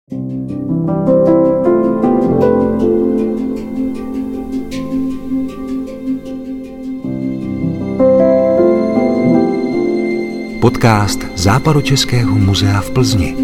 Podcast Západočeského muzea v Plzni.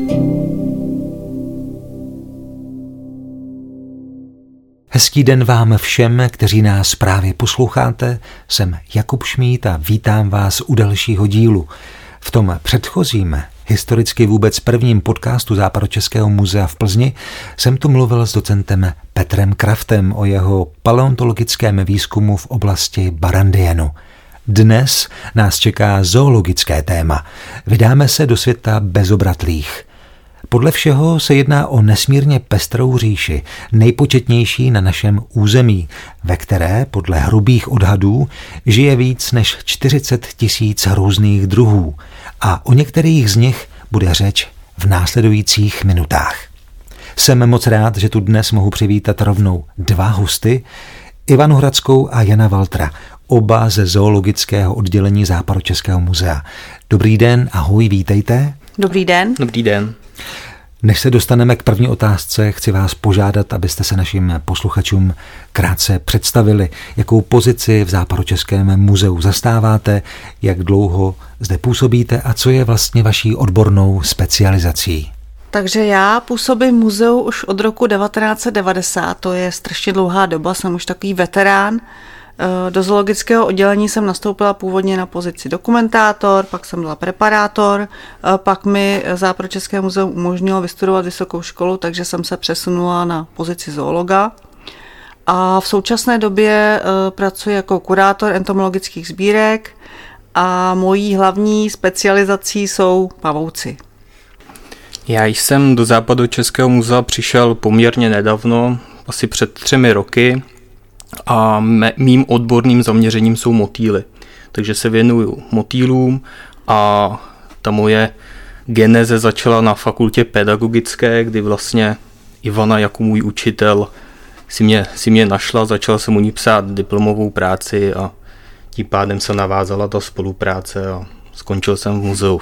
Hezký den vám všem, kteří nás právě posloucháte. Jsem Jakub Šmíd a vítám vás u dalšího dílu. V tom předchozím, historicky vůbec prvním podcastu Západočeského muzea v Plzni jsem tu mluvil s docentem Petrem Kraftem o jeho paleontologickém výzkumu v oblasti Barandienu. Dnes nás čeká zoologické téma. Vydáme se do světa bezobratlých. Podle všeho se jedná o nesmírně pestrou říši, nejpočetnější na našem území, ve které podle hrubých odhadů žije víc než 40 000 různých druhů a o některých z nich bude řeč v následujících minutách. Jsem moc rád, že tu dnes mohu přivítat rovnou dva hosty, Ivanu Hradskou a Jana Waltra, oba ze zoologického oddělení Západočeského muzea. Dobrý den, ahoj, vítejte. Dobrý den. Dobrý den. Než se dostaneme k první otázce, chci vás požádat, abyste se našim posluchačům krátce představili, jakou pozici v Západočeském muzeu zastáváte, jak dlouho zde působíte a co je vlastně vaší odbornou specializací. Takže já působím v muzeu už od roku 1990, to je strašně dlouhá doba, jsem už takový veterán. Do zoologického oddělení jsem nastoupila původně na pozici dokumentátor, pak jsem byla preparátor, pak mi Západočeské muzeum umožnilo vystudovat vysokou školu, takže jsem se přesunula na pozici zoologa. A v současné době pracuji jako kurátor entomologických sbírek a mojí hlavní specializací jsou pavouci. Já jsem do Západočeského muzea přišel poměrně nedávno, asi před 3 roky. A mým odborným zaměřením jsou motýly. Takže se věnuju motýlům a ta moje geneze začala na fakultě pedagogické, kdy vlastně Ivana jako můj učitel si mě našla, začal jsem u ní psát diplomovou práci a tím pádem se navázala ta spolupráce a skončil jsem v muzeu.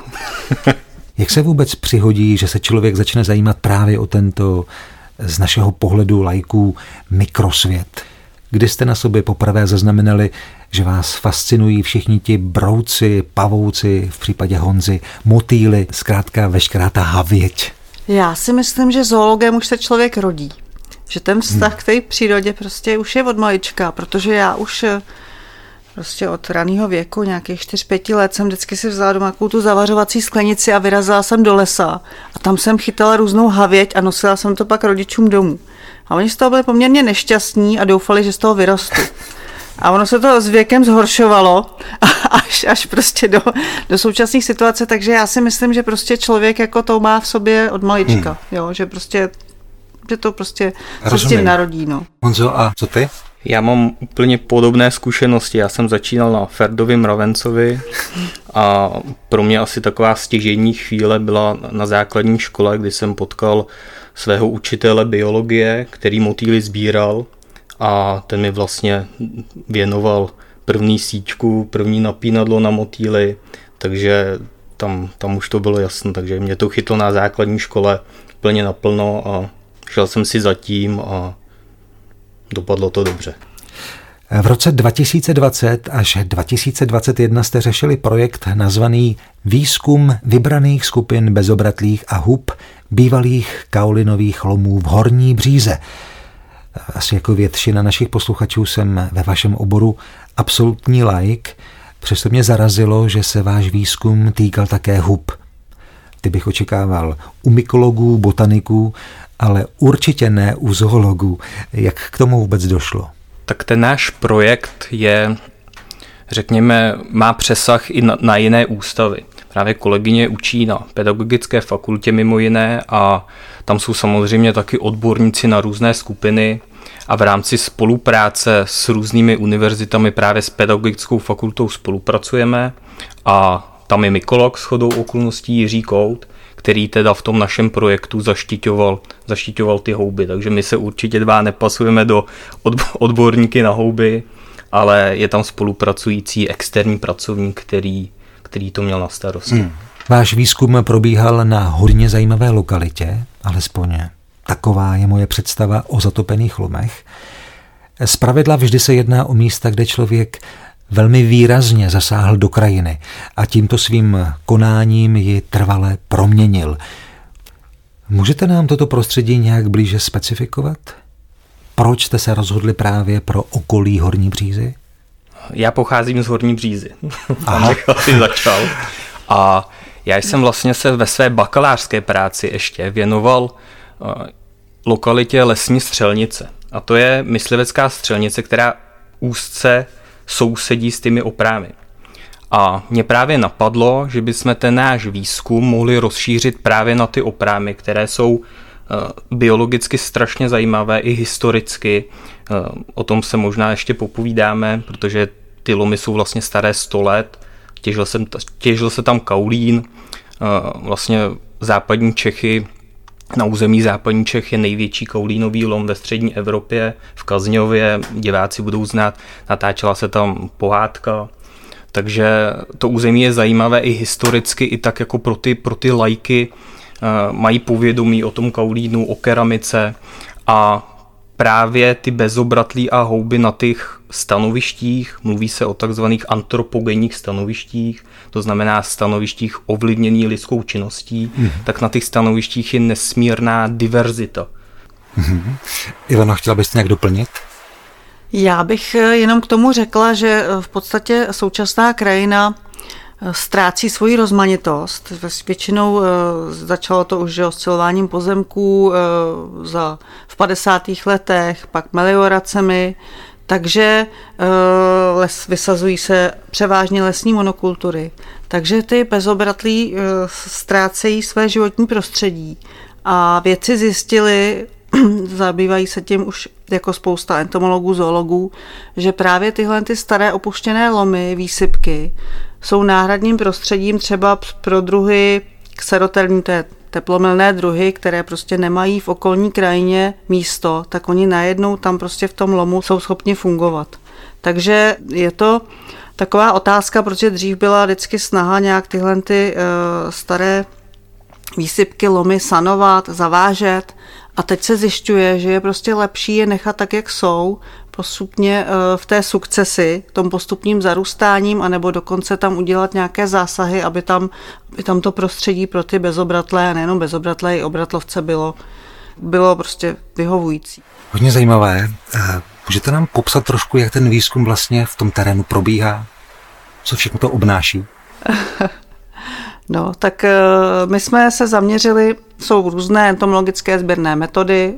Jak se vůbec přihodí, že se člověk začne zajímat právě o tento z našeho pohledu laiků mikrosvět? Kdy jste na sobě poprvé zaznamenali, že vás fascinují všichni ti brouci, pavouci, v případě Honzy, motýly, zkrátka veškerá ta havěť? Já si myslím, že zoologem už se člověk rodí. Že ten vztah k té přírodě prostě už je od malička, protože já už prostě od raného věku, nějakých 4-5 let, jsem vždycky si vzala doma takovou tu zavařovací sklenici a vyrazila jsem do lesa. A tam jsem chytala různou havěť a nosila jsem to pak rodičům domů. A oni z toho byli poměrně nešťastní a doufali, že z toho vyrostu. A ono se to s věkem zhoršovalo až prostě do současných situací, takže já si myslím, že prostě člověk jako to má v sobě od malička, jo, že to prostě narodí, no. Honzo, a co ty? Já mám úplně podobné zkušenosti. Já jsem začínal na Ferdově Mravencovi a pro mě asi taková stěžejní chvíle byla na základní škole, kdy jsem potkal svého učitele biologie, který motýly sbíral a ten mi vlastně věnoval první síťku, první napínadlo na motýly, takže tam už to bylo jasné, takže mě to chytlo na základní škole plně naplno a šel jsem si za tím a dopadlo to dobře. V roce 2020 až 2021 jste řešili projekt nazvaný Výzkum vybraných skupin bezobratlých a hub bývalých kaolinových lomů v Horní Bříze. Asi jako většina našich posluchačů jsem ve vašem oboru absolutní laik, přesto mě zarazilo, že se váš výzkum týkal také hub. Ty bych očekával u mykologů, botaniků, ale určitě ne u zoologů. Jak k tomu vůbec došlo? Tak ten náš projekt je, řekněme, má přesah i na jiné ústavy. Právě kolegyně učí na pedagogické fakultě mimo jiné a tam jsou samozřejmě taky odborníci na různé skupiny a v rámci spolupráce s různými univerzitami právě s pedagogickou fakultou spolupracujeme a tam je mykolog shodou okolností Jiří Kout, který teda v tom našem projektu zaštiťoval ty houby. Takže my se určitě dva nepasujeme do odborníky na houby, ale je tam spolupracující externí pracovník, který to měl na starosti. Váš výzkum probíhal na hodně zajímavé lokalitě, alespoň taková je moje představa o zatopených lomech. Zpravidla vždy se jedná o místa, kde člověk velmi výrazně zasáhl do krajiny a tímto svým konáním ji trvale proměnil. Můžete nám toto prostředí nějak blíže specifikovat? Proč jste se rozhodli právě pro okolí Horní Břízy? Já pocházím z Horní Břízy. Tam bych asi začal. A já jsem vlastně se ve své bakalářské práci ještě věnoval lokalitě Lesní Střelnice. A to je myslivecká střelnice, která úzce sousedí s těmi Oprámy. A mě právě napadlo, že bychom ten náš výzkum mohli rozšířit právě na ty Oprámy, které jsou biologicky strašně zajímavé i historicky. O tom se možná ještě popovídáme, protože ty lomy jsou vlastně staré 100 let. Těžil se tam kaolín. Vlastně západní Čechy, na území západní Čech je největší kaolínový lom ve střední Evropě, v Kazňově, diváci budou znát, natáčela se tam pohádka. Takže to území je zajímavé i historicky, i tak jako pro ty laiky, mají povědomí o tom kaolínu, o keramice a právě ty bezobratlí a houby na těch stanovištích, mluví se o takzvaných antropogenních stanovištích, to znamená stanovištích ovlivněný lidskou činností, tak na těch stanovištích je nesmírná diverzita. Ivano, chtěla byste nějak doplnit? Já bych jenom k tomu řekla, že v podstatě současná krajina ztrácí svoji rozmanitost. Většinou začalo to už oscilováním pozemků v 50. letech, pak melioracemi, takže vysazují se převážně lesní monokultury. Takže ty bezobratlí ztrácejí své životní prostředí a vědci zjistili, zabývají se tím už jako spousta entomologů, zoologů, že právě tyhle ty staré opuštěné lomy, výsypky, jsou náhradním prostředím třeba pro druhy xerotermní, to je teplomilné druhy, které prostě nemají v okolní krajině místo, tak oni najednou tam prostě v tom lomu jsou schopni fungovat. Takže je to taková otázka, protože dřív byla vždycky snaha nějak tyhle ty staré výsypky, lomy sanovat, zavážet a teď se zjišťuje, že je prostě lepší je nechat tak, jak jsou, postupně v té sukcesi, tom postupním zarůstáním, anebo dokonce tam udělat nějaké zásahy, aby tam to prostředí pro ty bezobratlé, a nejenom bezobratlé, i obratlovce bylo prostě vyhovující. Hodně zajímavé. Můžete nám popsat trošku, jak ten výzkum vlastně v tom terénu probíhá? Co všechno to obnáší? No, tak my jsme se zaměřili, jsou různé entomologické sběrné metody,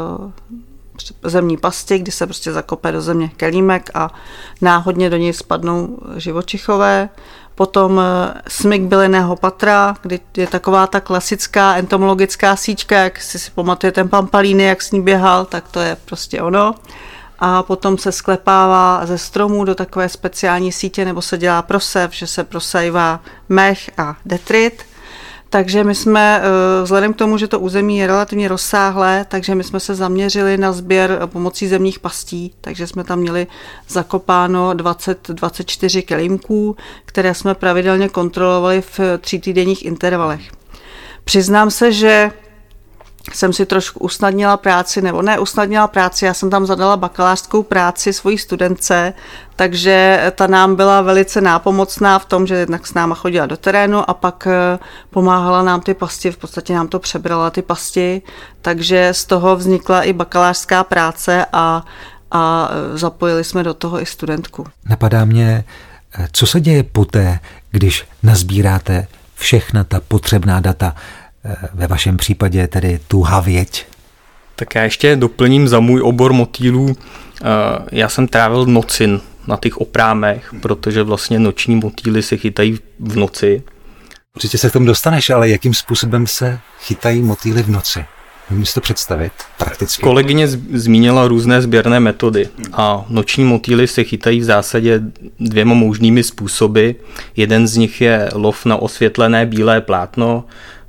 zemní pasti, kdy se prostě zakope do země kelímek a náhodně do něj spadnou živočichové. Potom smyk bylinného patra, kdy je taková ta klasická entomologická síčka, jak si pamatujete ten Pampalíny, jak s ní běhal, tak to je prostě ono. A potom se sklepává ze stromů do takové speciální sítě, nebo se dělá prosev, že se prosejvá mech a detrit. Takže my jsme, vzhledem k tomu, že to území je relativně rozsáhlé, takže my jsme se zaměřili na sběr pomocí zemních pastí, takže jsme tam měli zakopáno 24 kelímků, které jsme pravidelně kontrolovali v 3týdenních intervalech. Přiznám se, že jsem si trošku usnadnila práci, nebo ne usnadnila práci, já jsem tam zadala bakalářskou práci svojí studentce, takže ta nám byla velice nápomocná v tom, že jednak s náma chodila do terénu a pak pomáhala nám ty pasti, v podstatě nám to přebrala ty pasti, takže z toho vznikla i bakalářská práce a zapojili jsme do toho i studentku. Napadá mě, co se děje poté, když nazbíráte všechna ta potřebná data, ve vašem případě tedy tu havěť? Tak já ještě doplním za můj obor motýlů. Já jsem trávil noci na těch oprámech, protože vlastně noční motýly se chytají v noci. Určitě se k tomu dostaneš, ale jakým způsobem se chytají motýly v noci? Můžu si to představit prakticky? Kolegyně zmínila různé sběrné metody a noční motýly se chytají v zásadě 2 možnými způsoby. Jeden z nich je lov na osvětlené bílé plátno.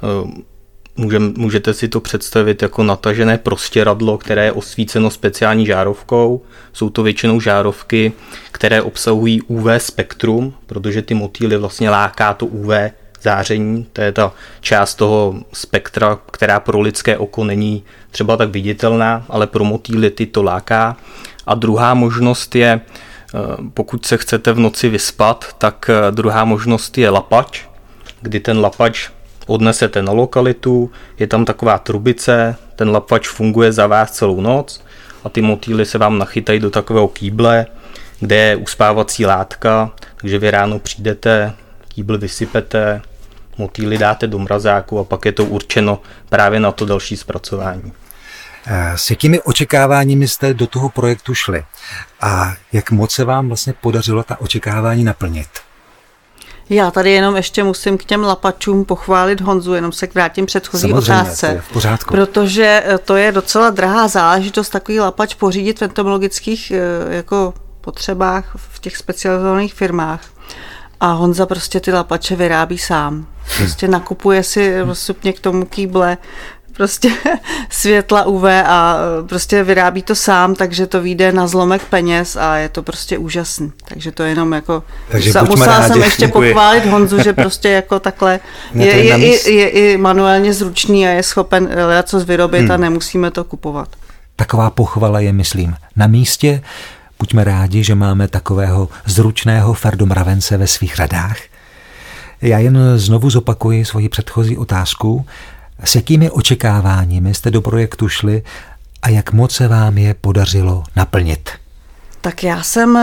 Můžete si to představit jako natažené prostěradlo, které je osvíceno speciální žárovkou. Jsou to většinou žárovky, které obsahují UV spektrum, protože ty motýly vlastně láká to UV záření, to je ta část toho spektra, která pro lidské oko není třeba tak viditelná, ale pro motýly ty to láká. A druhá možnost je, pokud se chcete v noci vyspat, tak druhá možnost je lapač, kdy ten lapač odnesete na lokalitu, je tam taková trubice, ten lapač funguje za vás celou noc a ty motýly se vám nachytají do takového kýble, kde je uspávací látka, takže vy ráno přijdete, kýbl vysypete, motýly dáte do mrazáku a pak je to určeno právě na to další zpracování. S jakými očekáváními jste do toho projektu šli a jak moc se vám vlastně podařilo ta očekávání naplnit? Já tady jenom ještě musím k těm lapačům pochválit Honzu, jenom se vrátím předchozí otázce. To je v pořádku. Protože to je docela drahá záležitost takový lapač pořídit v entomologických jako potřebách v těch specializovaných firmách. A Honza prostě ty lapače vyrábí sám. Prostě nakupuje si rozsupně k tomu kýble prostě světla UV a prostě vyrábí to sám, takže to vyjde na zlomek peněz a je to prostě úžasný. Takže to jenom jako... Musela jsem ještě pochválit Honzu, že prostě jako takhle je i manuálně zručný a je schopen co vyrobit a nemusíme to kupovat. Taková pochvala je, myslím, na místě. Buďme rádi, že máme takového zručného ferdomravence ve svých radách. Já jen znovu zopakuji svoji předchozí otázku. S jakými očekáváními jste do projektu šli a jak moc se vám je podařilo naplnit? Tak já jsem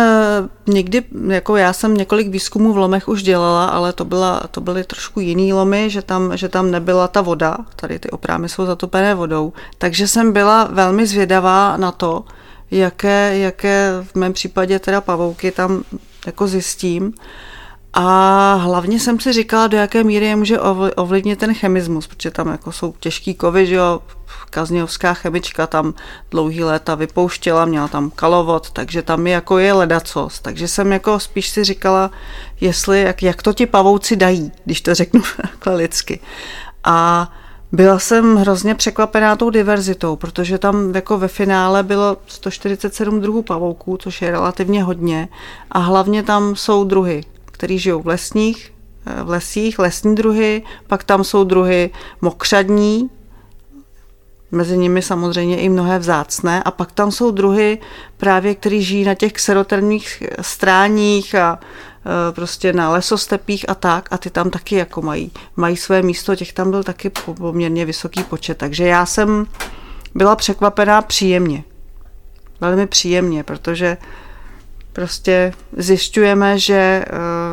několik výzkumů v lomech už dělala, ale to byly trošku jiný lomy, že tam nebyla ta voda, tady ty oprámy jsou zatopené vodou, takže jsem byla velmi zvědavá na to, jaké v mém případě teda pavouky tam jako zjistím. A hlavně jsem si říkala, do jaké míry je může ovlivnit ten chemismus, protože tam jako jsou těžký kovy, že jo, kazňovská chemička tam dlouhý léta vypouštěla, měla tam kalovod, takže tam jako je ledacos. Takže jsem jako spíš si říkala, jak to ti pavouci dají, když to řeknu takhle lidsky. A byla jsem hrozně překvapená tou diverzitou, protože tam jako ve finále bylo 147 druhů pavouků, což je relativně hodně, a hlavně tam jsou druhy, který žijou v lesích, lesní druhy, pak tam jsou druhy mokřadní, mezi nimi samozřejmě i mnohé vzácné, a pak tam jsou druhy právě, který žijí na těch kserotermních stráních a prostě na lesostepích a tak, a ty tam taky jako mají své místo, těch tam byl taky poměrně vysoký počet, takže já jsem byla překvapená příjemně, velmi příjemně, protože prostě zjišťujeme, že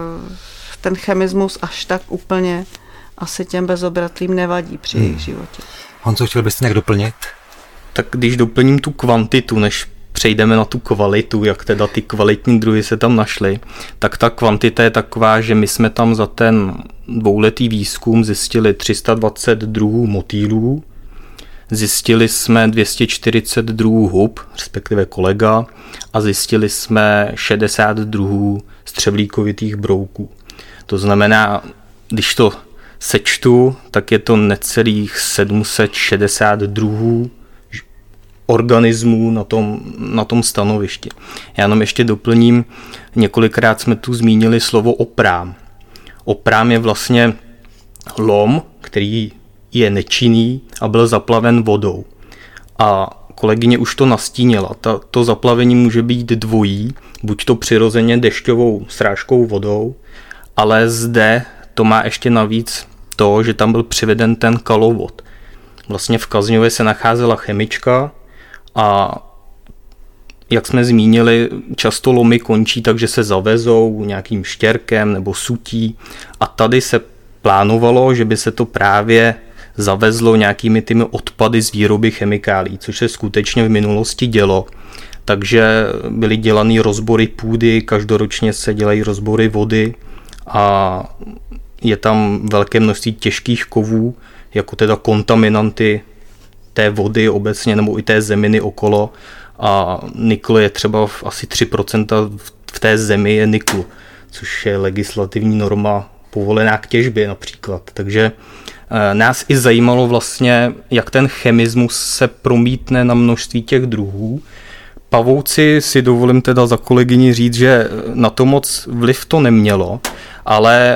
ten chemismus až tak úplně asi těm bezobratlým nevadí při jejich životě. Honzo, chtěl byste nějak doplnit? Tak když doplním tu kvantitu, než přejdeme na tu kvalitu, jak teda ty kvalitní druhy se tam našly, tak ta kvantita je taková, že my jsme tam za ten dvouletý výzkum zjistili 320 druhů motýlů, zjistili jsme 240 druhů hub, respektive kolega, a zjistili jsme 60 druhů střevlíkovitých brouků. To znamená, když to sečtu, tak je to necelých 760 druhů organismů na tom stanovišti. Já jenom ještě doplním, několikrát jsme tu zmínili slovo oprám. Oprám je vlastně lom, který je nečinný a byl zaplaven vodou. A kolegyně už to nastínila. To zaplavení může být dvojí, buď to přirozeně dešťovou srážkou vodou, ale zde to má ještě navíc to, že tam byl přiveden ten kalovod. Vlastně v Kazňově se nacházela chemička a jak jsme zmínili, často lomy končí tak, že se zavezou nějakým štěrkem nebo sutí, a tady se plánovalo, že by se to právě zavezlo nějakými těmi odpady z výroby chemikálí, což se skutečně v minulosti dělo. Takže byly dělané rozbory půdy, každoročně se dělají rozbory vody a je tam velké množství těžkých kovů, jako teda kontaminanty té vody obecně nebo i té zeminy okolo, a nikl je třeba asi 3% v té zemi je nikl, což je legislativní norma povolená k těžbě například. Takže nás i zajímalo vlastně, jak ten chemismus se promítne na množství těch druhů. Pavouci, si dovolím teda za kolegyni říct, že na to moc vliv to nemělo, ale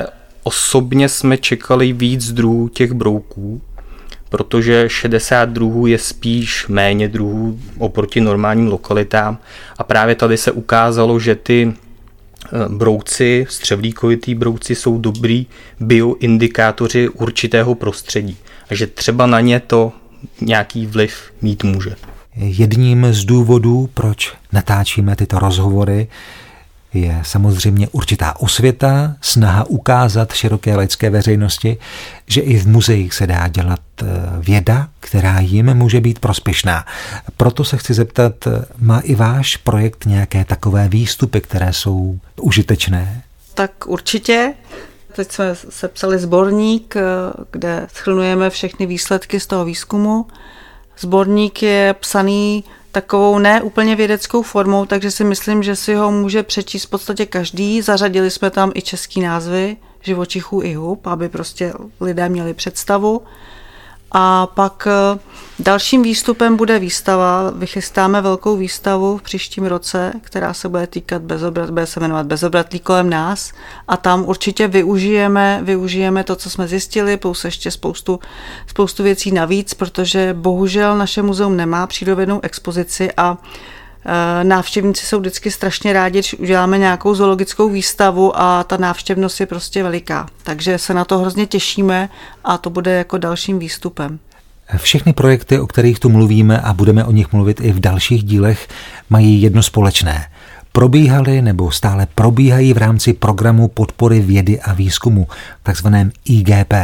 osobně jsme čekali víc druhů těch brouků, protože 60 druhů je spíš méně druhů oproti normálním lokalitám a právě tady se ukázalo, že ty brouci, střevlíkovitý brouci jsou dobrý bioindikátoři určitého prostředí a že třeba na ně to nějaký vliv mít může. Jedním z důvodů, proč natáčíme tyto rozhovory, je samozřejmě určitá osvěta, snaha ukázat široké laické veřejnosti, že i v muzeích se dá dělat věda, která jim může být prospěšná. Proto se chci zeptat, má i váš projekt nějaké takové výstupy, které jsou užitečné? Tak určitě. Teď jsme sepsali sborník, kde shrnujeme všechny výsledky z toho výzkumu. Sborník je psaný takovou ne úplně vědeckou formou, takže si myslím, že si ho může přečíst v podstatě každý. Zařadili jsme tam i český názvy živočichů i hub, aby prostě lidé měli představu. A pak dalším výstupem bude výstava. Vychystáme velkou výstavu v příštím roce, která se bude týkat bude se jmenovat Bezobratlí kolem nás. A tam určitě využijeme to, co jsme zjistili, plus ještě spoustu věcí navíc, protože bohužel naše muzeum nemá přírodovědnou expozici a návštěvníci jsou vždycky strašně rádi, když uděláme nějakou zoologickou výstavu a ta návštěvnost je prostě veliká. Takže se na to hrozně těšíme a to bude jako dalším výstupem. Všechny projekty, o kterých tu mluvíme a budeme o nich mluvit i v dalších dílech, mají jedno společné. Probíhaly nebo stále probíhají v rámci programu podpory vědy a výzkumu, takzvaném IGP.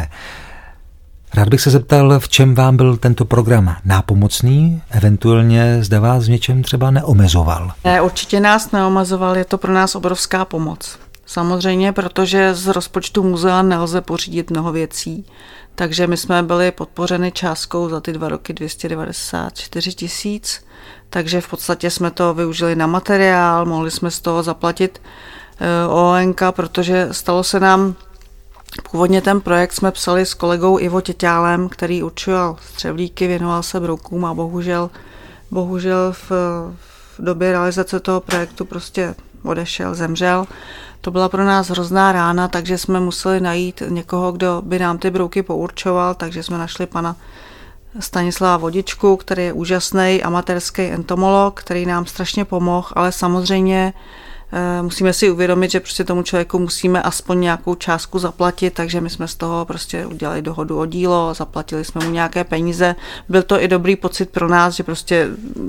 Rád bych se zeptal, v čem vám byl tento program nápomocný, eventuálně zda vás v něčem třeba neomezoval. Ne, určitě nás neomezoval, je to pro nás obrovská pomoc. Samozřejmě, protože z rozpočtu muzea nelze pořídit mnoho věcí, takže my jsme byli podpořeni částkou za ty 2 roky 294 000, takže v podstatě jsme to využili na materiál, mohli jsme z toho zaplatit ONK, protože stalo se nám. Původně ten projekt jsme psali s kolegou Ivo Těťálem, který určoval střevlíky, věnoval se broukům a bohužel v době realizace toho projektu prostě odešel, zemřel. To byla pro nás hrozná rána, takže jsme museli najít někoho, kdo by nám ty brouky pourčoval, takže jsme našli pana Stanislava Vodičku, který je úžasný amatérský entomolog, který nám strašně pomohl, ale samozřejmě musíme si uvědomit, že prostě tomu člověku musíme aspoň nějakou částku zaplatit, takže my jsme z toho prostě udělali dohodu o dílo, zaplatili jsme mu nějaké peníze. Byl to i dobrý pocit pro nás, že prostě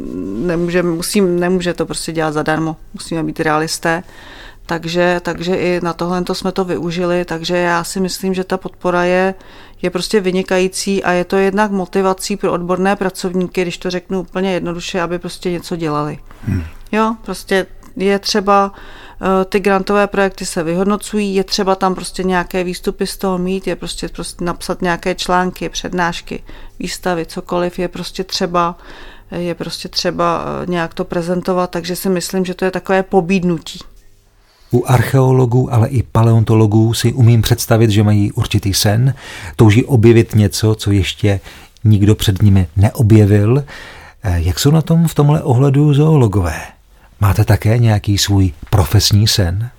nemůže to prostě dělat zadarmo, musíme být realisté. Takže i na tohle jsme to využili, takže já si myslím, že ta podpora je prostě vynikající a je to jednak motivací pro odborné pracovníky, když to řeknu úplně jednoduše, aby prostě něco dělali. Jo, prostě je třeba, ty grantové projekty se vyhodnocují, je třeba tam prostě nějaké výstupy z toho mít, je prostě napsat nějaké články, přednášky, výstavy, cokoliv, je prostě třeba nějak to prezentovat, takže si myslím, že to je takové pobídnutí. U archeologů, ale i paleontologů si umím představit, že mají určitý sen, touží objevit něco, co ještě nikdo před nimi neobjevil. Jak jsou na tom v tomhle ohledu zoologové? Máte také nějaký svůj profesní sen?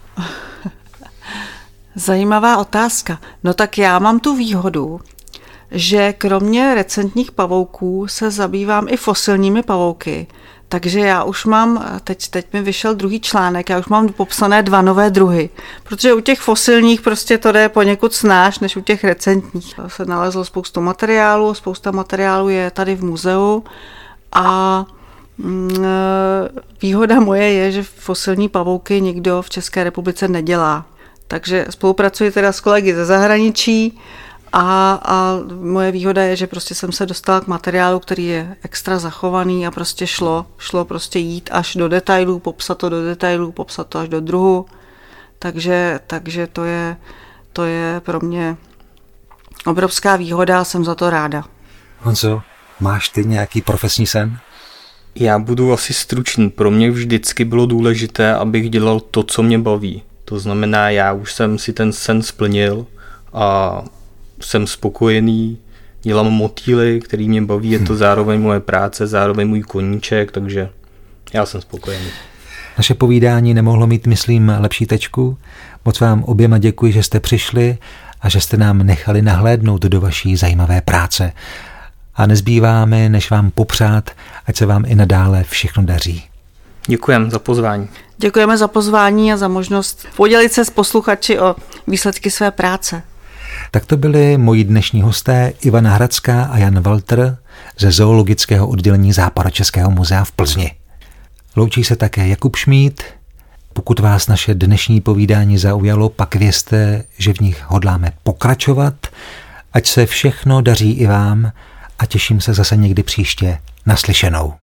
Zajímavá otázka. No tak já mám tu výhodu, že kromě recentních pavouků se zabývám i fosilními pavouky. Takže já už mám, teď mi vyšel druhý článek, já už mám popsané 2 nové druhy. Protože u těch fosilních prostě to jde poněkud snáš, než u těch recentních. Se nalezlo spousta materiálů je tady v muzeu a výhoda moje je, že fosilní pavouky nikdo v České republice nedělá. Takže spolupracuji teda s kolegy ze zahraničí a moje výhoda je, že prostě jsem se dostala k materiálu, který je extra zachovaný a prostě šlo prostě jít až do detailů, popsat to až do druhu. Takže to je pro mě obrovská výhoda a jsem za to ráda. Honzo, máš ty nějaký profesní sen? Já budu asi stručný. Pro mě vždycky bylo důležité, abych dělal to, co mě baví. To znamená, já už jsem si ten sen splnil a jsem spokojený, dělám motýly, který mě baví, je to zároveň moje práce, zároveň můj koníček, takže já jsem spokojený. Naše povídání nemohlo mít, myslím, lepší tečku. Moc vám oběma děkuji, že jste přišli a že jste nám nechali nahlédnout do vaší zajímavé práce. A nezbývá mi, než vám popřát, ať se vám i nadále všechno daří. Děkujeme za pozvání. Děkujeme za pozvání a za možnost podělit se s posluchači o výsledky své práce. Tak to byli moji dnešní hosté Ivana Hradská a Jan Walter ze zoologického oddělení Západočeského muzea v Plzni. Loučí se také Jakub Šmíd. Pokud vás naše dnešní povídání zaujalo, pak vězte, že v nich hodláme pokračovat. Ať se všechno daří i vám a těším se zase někdy příště. Naslyšenou.